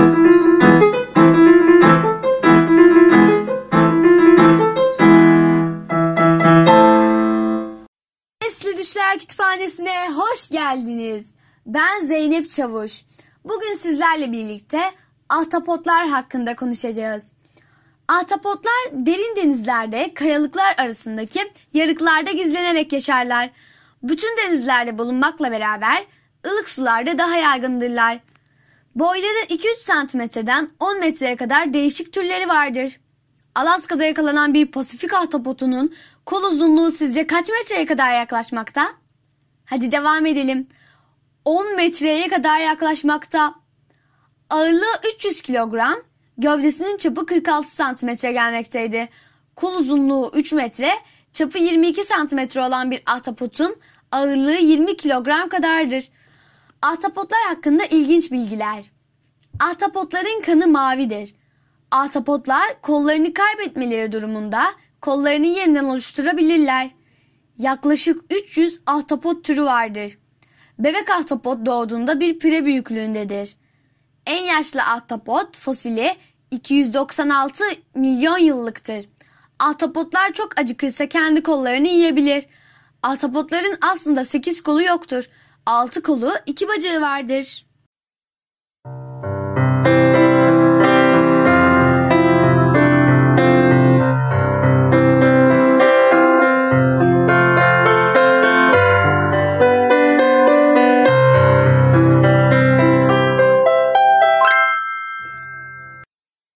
Sesli Düşler Kütüphanesi'ne hoş geldiniz. Ben Zeynep Çavuş. Bugün sizlerle birlikte ahtapotlar hakkında konuşacağız. Ahtapotlar derin denizlerde, kayalıklar arasındaki yarıklarda gizlenerek yaşarlar. Bütün denizlerde bulunmakla beraber ılık sularda daha yaygındırlar. Boyları 2-3 santimetreden 10 metreye kadar değişik türleri vardır. Alaska'da yakalanan bir Pasifik ahtapotunun kol uzunluğu sizce kaç metreye kadar yaklaşmakta? Hadi devam edelim. 10 metreye kadar yaklaşmakta. Ağırlığı 300 kilogram, gövdesinin çapı 46 santimetre gelmekteydi. Kol uzunluğu 3 metre, çapı 22 santimetre olan bir ahtapotun ağırlığı 20 kilogram kadardır. Ahtapotlar hakkında ilginç bilgiler. Ahtapotların kanı mavidir. Ahtapotlar kollarını kaybetmeleri durumunda kollarını yeniden oluşturabilirler. Yaklaşık 300 ahtapot türü vardır. Bebek ahtapot doğduğunda bir pire büyüklüğündedir. En yaşlı ahtapot fosili 296 milyon yıllıktır. Ahtapotlar çok acıkırsa kendi kollarını yiyebilir. Ahtapotların aslında 8 kolu yoktur. 6 kolu, 2 bacağı vardır.